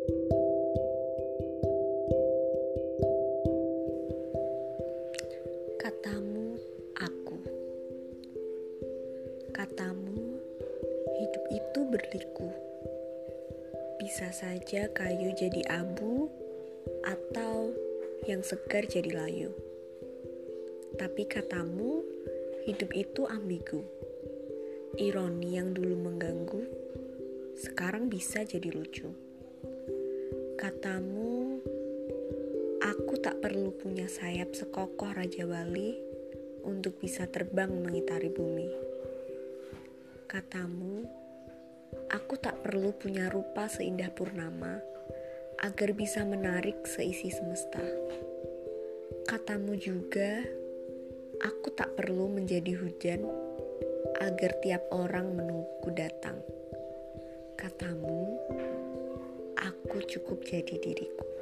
Katamu, aku. Katamu, hidup itu berliku. Bisa saja kayu jadi abu, atau yang segar jadi layu. Tapi katamu, hidup itu ambigu. Ironi yang dulu mengganggu, sekarang bisa jadi lucu. Katamu, aku tak perlu punya sayap sekokoh Raja Wali untuk bisa terbang mengitari bumi. Katamu, aku tak perlu punya rupa seindah purnama agar bisa menarik seisi semesta. Katamu juga, aku tak perlu menjadi hujan agar tiap orang menungguku datang. Katamu, aku cukup jadi diriku.